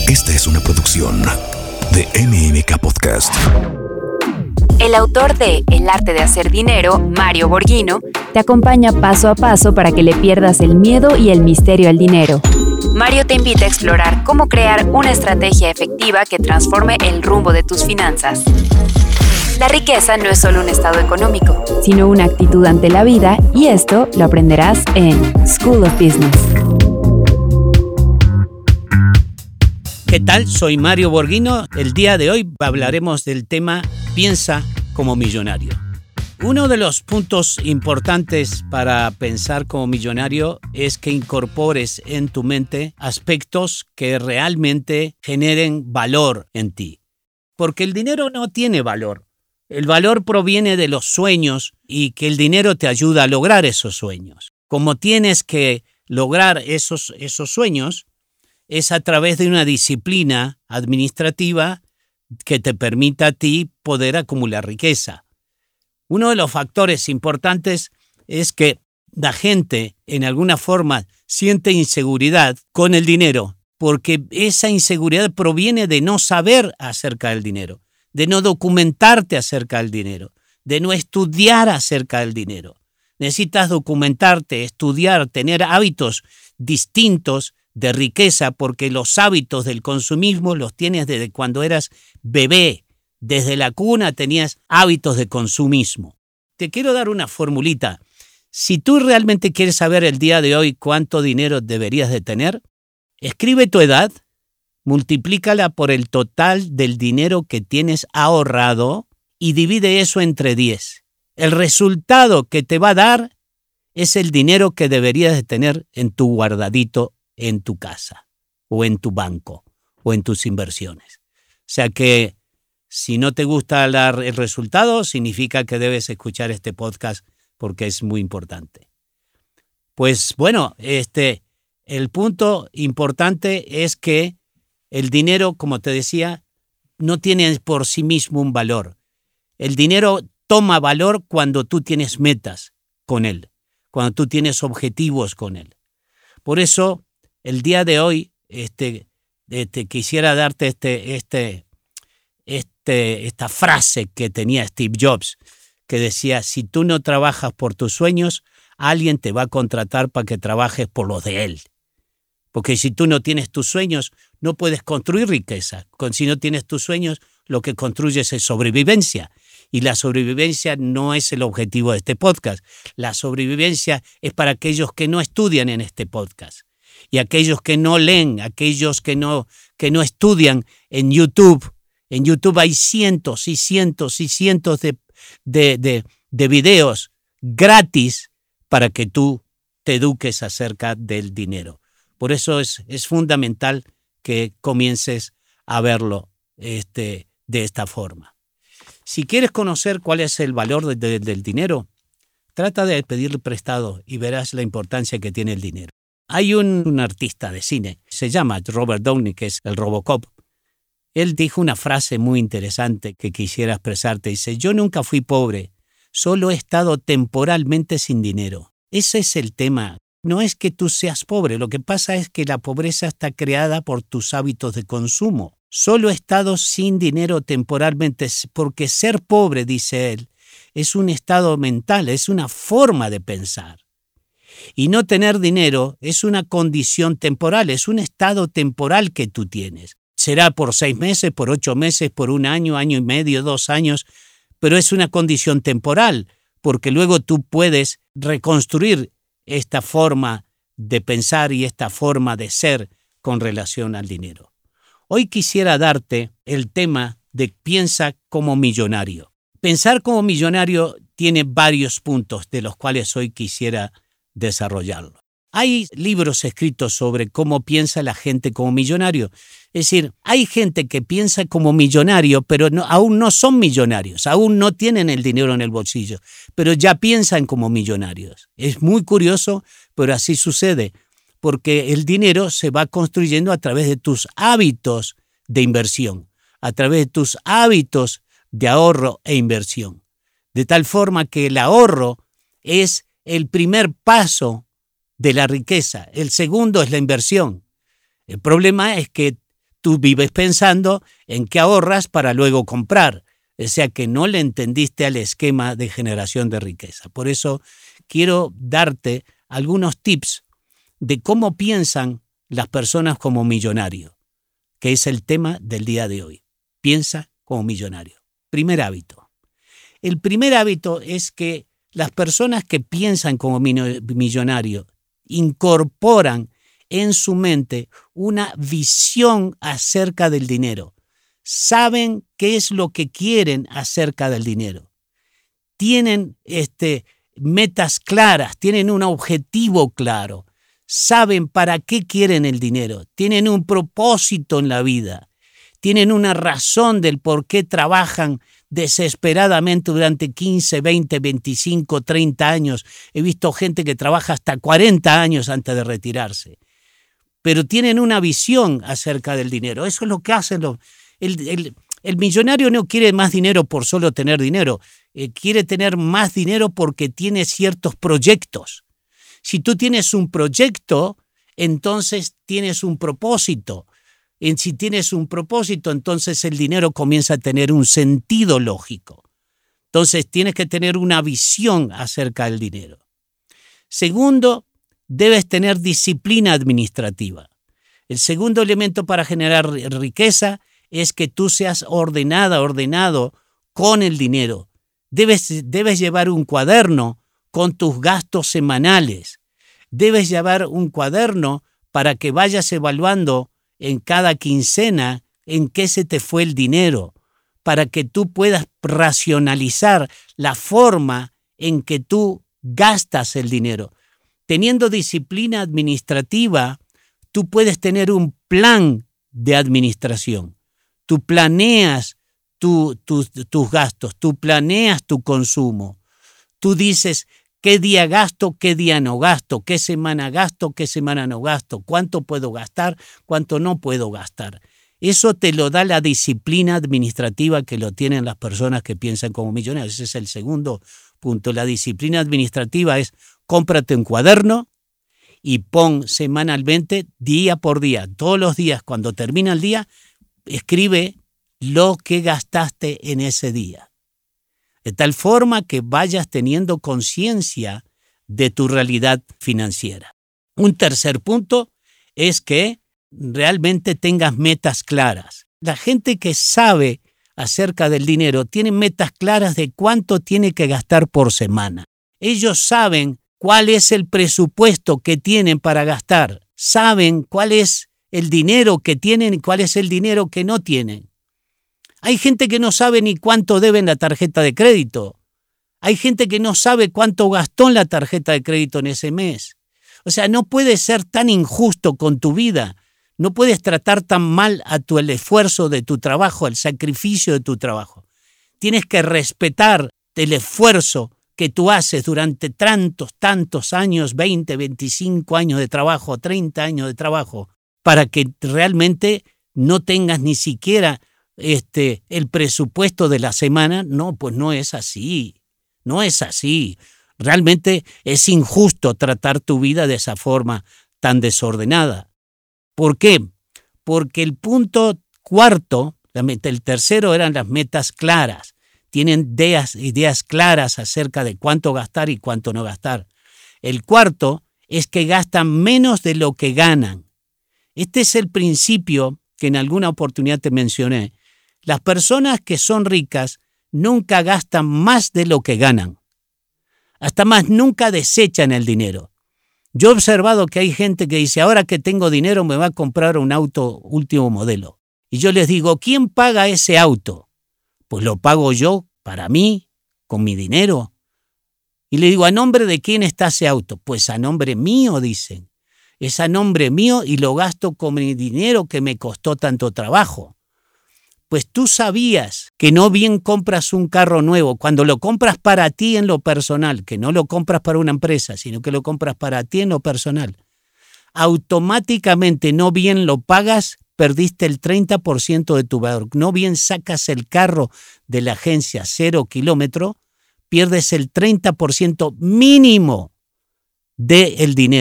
Esta es una producción de MMK Podcast. El autor de El arte de hacer dinero, Mario Borghino, te acompaña paso a paso para que le pierdas el miedo y el misterio al dinero. Mario te invita a explorar cómo crear una estrategia efectiva que transforme el rumbo de tus finanzas. La riqueza no es solo un estado económico, sino una actitud ante la vida, y esto lo aprenderás en School of Business. ¿Qué tal? Soy Mario Borghino. El día de hoy hablaremos del tema Piensa como millonario. Uno de los puntos importantes para pensar como millonario es que incorpores en tu mente aspectos que realmente generen valor en ti. Porque el dinero no tiene valor. El valor proviene de los sueños y que el dinero te ayuda a lograr esos sueños. Como tienes que lograr esos sueños, es a través de una disciplina administrativa que te permita a ti poder acumular riqueza. Uno de los factores importantes es que la gente en alguna forma siente inseguridad con el dinero, porque esa inseguridad proviene de no saber acerca del dinero, de no documentarte acerca del dinero, de no estudiar acerca del dinero. Necesitas documentarte, estudiar, tener hábitos distintos de riqueza, porque los hábitos del consumismo los tienes desde cuando eras bebé. Desde la cuna tenías hábitos de consumismo. Te quiero dar una formulita. Si tú realmente quieres saber el día de hoy cuánto dinero deberías de tener, escribe tu edad, multiplícala por el total del dinero que tienes ahorrado y divide eso entre 10. El resultado que te va a dar es el dinero que deberías de tener en tu guardadito en tu casa, o en tu banco, o en tus inversiones. O sea que si no te gusta el resultado, significa que debes escuchar este podcast porque es muy importante. Pues bueno, el punto importante es que el dinero, como te decía, no tiene por sí mismo un valor. El dinero toma valor cuando tú tienes metas con él, cuando tú tienes objetivos con él. Por eso, el día de hoy quisiera darte esta frase que tenía Steve Jobs, que decía: si tú no trabajas por tus sueños, alguien te va a contratar para que trabajes por los de él. Porque si tú no tienes tus sueños, no puedes construir riqueza. Si no tienes tus sueños, lo que construyes es sobrevivencia. Y la sobrevivencia no es el objetivo de este podcast. La sobrevivencia es para aquellos que no estudian en este podcast. Y aquellos que no leen, aquellos que no estudian en YouTube. En YouTube hay cientos y cientos y cientos de videos gratis para que tú te eduques acerca del dinero. Por eso es fundamental que comiences a verlo de esta forma. Si quieres conocer cuál es el valor del dinero, trata de pedirle prestado y verás la importancia que tiene el dinero. Hay un artista de cine, se llama Robert Downey, que es el Robocop. Él dijo una frase muy interesante que quisiera expresarte. Dice: yo nunca fui pobre, solo he estado temporalmente sin dinero. Ese es el tema. No es que tú seas pobre, lo que pasa es que la pobreza está creada por tus hábitos de consumo. Solo he estado sin dinero temporalmente, porque ser pobre, dice él, es un estado mental, es una forma de pensar. Y no tener dinero es una condición temporal, es un estado temporal que tú tienes. Será por 6 meses, por 8 meses, por 1 año, año y medio, 2 años, pero es una condición temporal, porque luego tú puedes reconstruir esta forma de pensar y esta forma de ser con relación al dinero. Hoy quisiera darte el tema de piensa como millonario. Pensar como millonario tiene varios puntos de los cuales hoy quisiera desarrollarlo. Hay libros escritos sobre cómo piensa la gente como millonario. Es decir, hay gente que piensa como millonario, pero aún no son millonarios, aún no tienen el dinero en el bolsillo, pero ya piensan como millonarios. Es muy curioso, pero así sucede, porque el dinero se va construyendo a través de tus hábitos de inversión, a través de tus hábitos de ahorro e inversión. De tal forma que el ahorro es el primer paso de la riqueza. El segundo es la inversión. El problema es que tú vives pensando en qué ahorras para luego comprar. O sea que no le entendiste al esquema de generación de riqueza. Por eso quiero darte algunos tips de cómo piensan las personas como millonarios, que es el tema del día de hoy. Piensa como millonario. Primer hábito. El primer hábito es que las personas que piensan como millonario incorporan en su mente una visión acerca del dinero. Saben qué es lo que quieren acerca del dinero. Tienen metas claras, tienen un objetivo claro. Saben para qué quieren el dinero. Tienen un propósito en la vida. Tienen una razón del por qué trabajan desesperadamente durante 15, 20, 25, 30 años. He visto gente que trabaja hasta 40 años antes de retirarse. Pero tienen una visión acerca del dinero. Eso es lo que hacen el millonario no quiere más dinero por solo tener dinero. Quiere tener más dinero porque tiene ciertos proyectos. Si tú tienes un proyecto, entonces tienes un propósito. Si tienes un propósito, entonces el dinero comienza a tener un sentido lógico. Entonces tienes que tener una visión acerca del dinero. Segundo, debes tener disciplina administrativa. El segundo elemento para generar riqueza es que tú seas ordenado con el dinero. Debes llevar un cuaderno con tus gastos semanales. Debes llevar un cuaderno para que vayas evaluando en cada quincena en qué se te fue el dinero, para que tú puedas racionalizar la forma en que tú gastas el dinero. Teniendo disciplina administrativa, tú puedes tener un plan de administración. Tú planeas tus gastos, tú planeas tu consumo. Tú dices qué día gasto, qué día no gasto, qué semana gasto, qué semana no gasto, cuánto puedo gastar, cuánto no puedo gastar. Eso te lo da la disciplina administrativa que lo tienen las personas que piensan como millonarios. Ese es el segundo punto. La disciplina administrativa es cómprate un cuaderno y pon semanalmente, día por día, todos los días, cuando termina el día, escribe lo que gastaste en ese día. De tal forma que vayas teniendo conciencia de tu realidad financiera. Un tercer punto es que realmente tengas metas claras. La gente que sabe acerca del dinero tiene metas claras de cuánto tiene que gastar por semana. Ellos saben cuál es el presupuesto que tienen para gastar. Saben cuál es el dinero que tienen y cuál es el dinero que no tienen. Hay gente que no sabe ni cuánto debe en la tarjeta de crédito. Hay gente que no sabe cuánto gastó en la tarjeta de crédito en ese mes. O sea, no puedes ser tan injusto con tu vida. No puedes tratar tan mal el esfuerzo de tu trabajo, el sacrificio de tu trabajo. Tienes que respetar el esfuerzo que tú haces durante tantos años, 20, 25 años de trabajo, 30 años de trabajo, para que realmente no tengas ni siquiera el presupuesto de la semana. No, pues no es así. No es así. Realmente es injusto tratar tu vida de esa forma tan desordenada. ¿Por qué? Porque el punto cuarto, el tercero eran las metas claras. Tienen ideas claras acerca de cuánto gastar y cuánto no gastar. El cuarto es que gastan menos de lo que ganan. Este es el principio que en alguna oportunidad te mencioné. Las personas que son ricas nunca gastan más de lo que ganan. Hasta más, nunca desechan el dinero. Yo he observado que hay gente que dice, ahora que tengo dinero me va a comprar un auto último modelo. Y yo les digo, ¿quién paga ese auto? Pues lo pago yo, para mí, con mi dinero. Y le digo, ¿a nombre de quién está ese auto? Pues a nombre mío, dicen. Es a nombre mío y lo gasto con mi dinero que me costó tanto trabajo. Pues tú sabías que no bien compras un carro nuevo, cuando lo compras para ti en lo personal, que no lo compras para una empresa, sino que lo compras para ti en lo personal, automáticamente no bien lo pagas, perdiste el 30% de tu valor. No bien sacas el carro de la agencia 0 kilómetro, pierdes el 30% mínimo del dinero.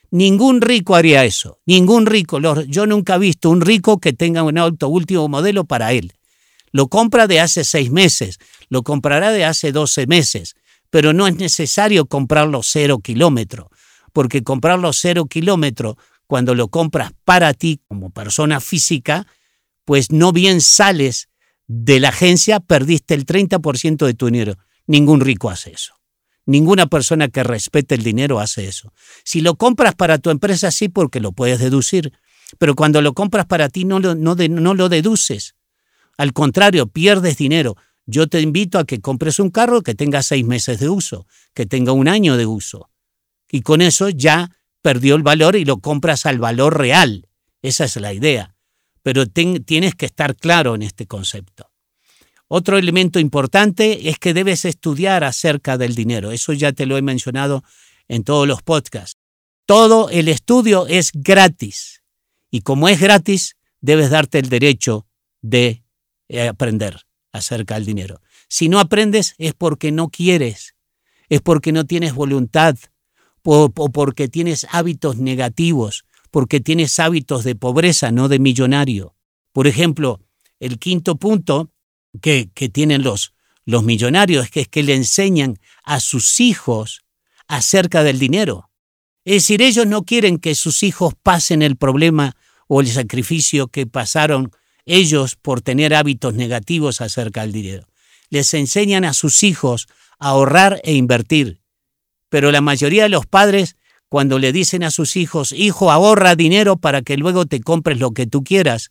Ningún rico haría eso. Ningún rico. Yo nunca he visto un rico que tenga un auto último modelo para él. Lo compra de hace 6 meses, lo comprará de hace 12 meses, pero no es necesario comprarlo 0 kilómetros, porque comprarlo 0 kilómetros, cuando lo compras para ti como persona física, pues no bien sales de la agencia, perdiste el 30% de tu dinero. Ningún rico hace eso. Ninguna persona que respete el dinero hace eso. Si lo compras para tu empresa, sí, porque lo puedes deducir, pero cuando lo compras para ti no lo deduces. Al contrario, pierdes dinero. Yo te invito a que compres un carro que tenga 6 meses de uso, que tenga 1 año de uso. Y con eso ya perdió el valor y lo compras al valor real. Esa es la idea. Pero tienes que estar claro en este concepto. Otro elemento importante es que debes estudiar acerca del dinero. Eso ya te lo he mencionado en todos los podcasts. Todo el estudio es gratis. Y como es gratis, debes darte el derecho de aprender acerca del dinero. Si no aprendes es porque no quieres, es porque no tienes voluntad, o porque tienes hábitos negativos, porque tienes hábitos de pobreza, no de millonario. Por ejemplo, el quinto punto que tienen los millonarios es que le enseñan a sus hijos acerca del dinero. Es decir, ellos no quieren que sus hijos pasen el problema o el sacrificio que pasaron ellos por tener hábitos negativos acerca del dinero. Les enseñan a sus hijos a ahorrar e invertir. Pero la mayoría de los padres, cuando le dicen a sus hijos, hijo, ahorra dinero para que luego te compres lo que tú quieras,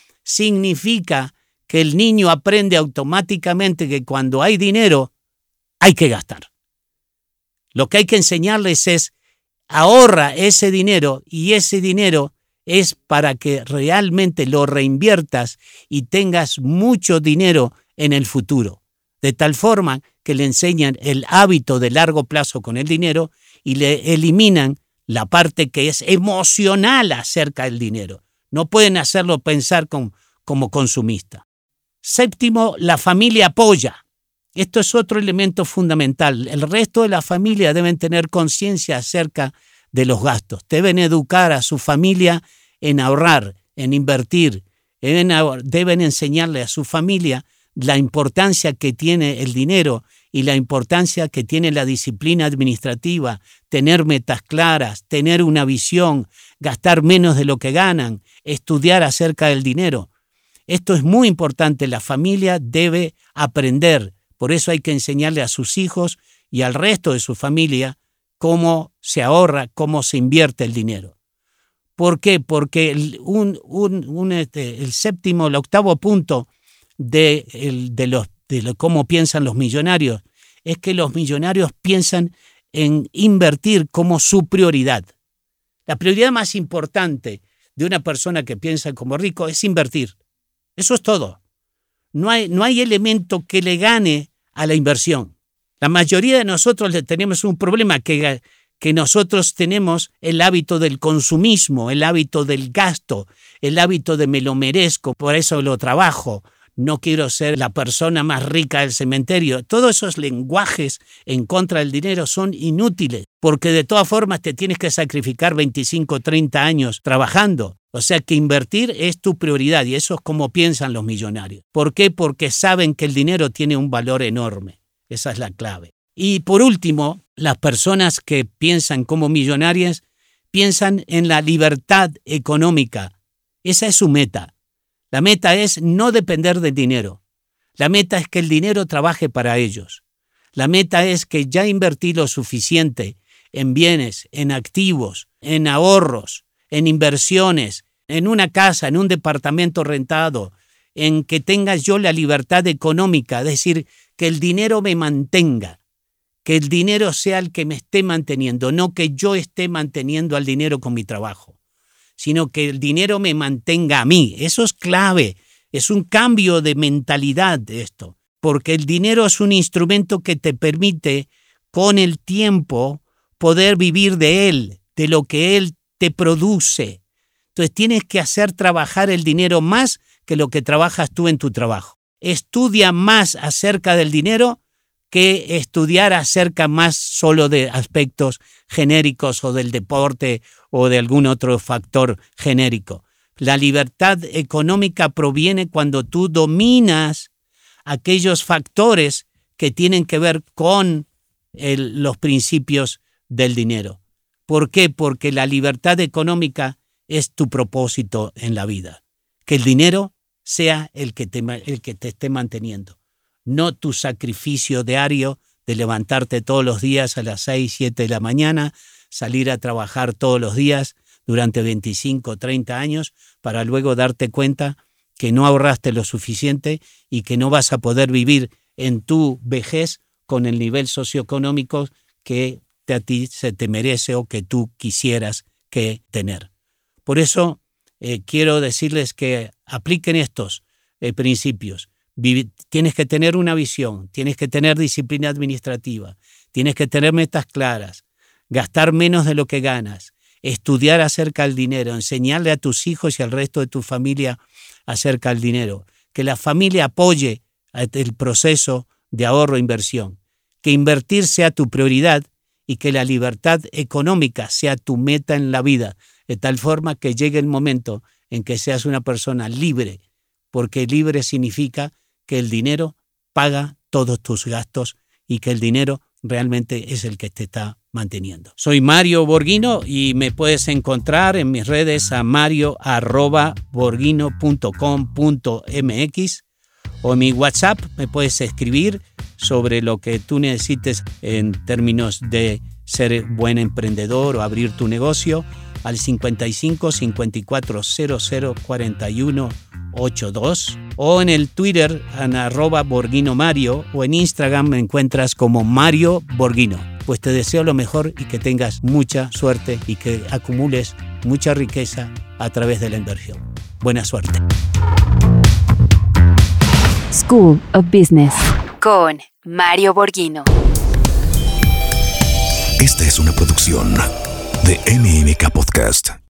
significa que el niño aprende automáticamente que cuando hay dinero, hay que gastar. Lo que hay que enseñarles es, ahorra ese dinero y ese dinero es para que realmente lo reinviertas y tengas mucho dinero en el futuro. De tal forma que le enseñan el hábito de largo plazo con el dinero y le eliminan la parte que es emocional acerca del dinero. No pueden hacerlo pensar como consumista. Séptimo, la familia apoya. Esto es otro elemento fundamental. El resto de la familia deben tener conciencia acerca de los gastos. Deben educar a su familia en ahorrar, en invertir. Deben enseñarle a su familia la importancia que tiene el dinero y la importancia que tiene la disciplina administrativa, tener metas claras, tener una visión, gastar menos de lo que ganan, estudiar acerca del dinero. Esto es muy importante. La familia debe aprender. Por eso hay que enseñarle a sus hijos y al resto de su familia cómo se ahorra, cómo se invierte el dinero. ¿Por qué? Porque el octavo punto de cómo piensan los millonarios es que los millonarios piensan en invertir como su prioridad. La prioridad más importante de una persona que piensa como rico es invertir. Eso es todo. No hay elemento que le gane a la inversión. La mayoría de nosotros le tenemos un problema que nosotros tenemos el hábito del consumismo, el hábito del gasto, el hábito de me lo merezco, por eso lo trabajo, no quiero ser la persona más rica del cementerio. Todos esos lenguajes en contra del dinero son inútiles, porque de todas formas te tienes que sacrificar 25, 30 años trabajando. O sea que invertir es tu prioridad y eso es como piensan los millonarios. ¿Por qué? Porque saben que el dinero tiene un valor enorme. Esa es la clave. Y por último, las personas que piensan como millonarias piensan en la libertad económica. Esa es su meta. La meta es no depender del dinero. La meta es que el dinero trabaje para ellos. La meta es que ya invertí lo suficiente en bienes, en activos, en ahorros, en inversiones, en una casa, en un departamento rentado, en que tenga yo la libertad económica, es decir, que el dinero me mantenga, que el dinero sea el que me esté manteniendo, no que yo esté manteniendo al dinero con mi trabajo, sino que el dinero me mantenga a mí. Eso es clave, es un cambio de mentalidad de esto, porque el dinero es un instrumento que te permite con el tiempo poder vivir de él, de lo que él te produce. Entonces tienes que hacer trabajar el dinero más que lo que trabajas tú en tu trabajo. Estudia más acerca del dinero que estudiar acerca más solo de aspectos genéricos o del deporte o de algún otro factor genérico. La libertad económica proviene cuando tú dominas aquellos factores que tienen que ver con los principios del dinero. ¿Por qué? Porque la libertad económica es tu propósito en la vida. Que el dinero sea el que te esté manteniendo, no tu sacrificio diario de levantarte todos los días a las 6, 7 de la mañana, salir a trabajar todos los días durante 25, 30 años para luego darte cuenta que no ahorraste lo suficiente y que no vas a poder vivir en tu vejez con el nivel socioeconómico que a ti se te merece o que tú quisieras que tener. Por eso quiero decirles que apliquen estos principios. Tienes que tener una visión, tienes que tener disciplina administrativa, tienes que tener metas claras, gastar menos de lo que ganas, estudiar acerca del dinero, enseñarle a tus hijos y al resto de tu familia acerca del dinero, que la familia apoye el proceso de ahorro e inversión, que invertir sea tu prioridad y que la libertad económica sea tu meta en la vida, de tal forma que llegue el momento en que seas una persona libre, porque libre significa que el dinero paga todos tus gastos y que el dinero realmente es el que te está manteniendo. Soy Mario Borghino y me puedes encontrar en mis redes a mario@borghino.com.mx o en mi WhatsApp me puedes escribir sobre lo que tú necesites en términos de ser buen emprendedor o abrir tu negocio al 55 54 00 41 82 o en el Twitter en @borghinomario o en Instagram me encuentras como Mario Borghino. Pues te deseo lo mejor y que tengas mucha suerte y que acumules mucha riqueza a través de la inversión. Buena suerte. School of Business con Mario Borghino. Esta es una producción de MMK Podcast.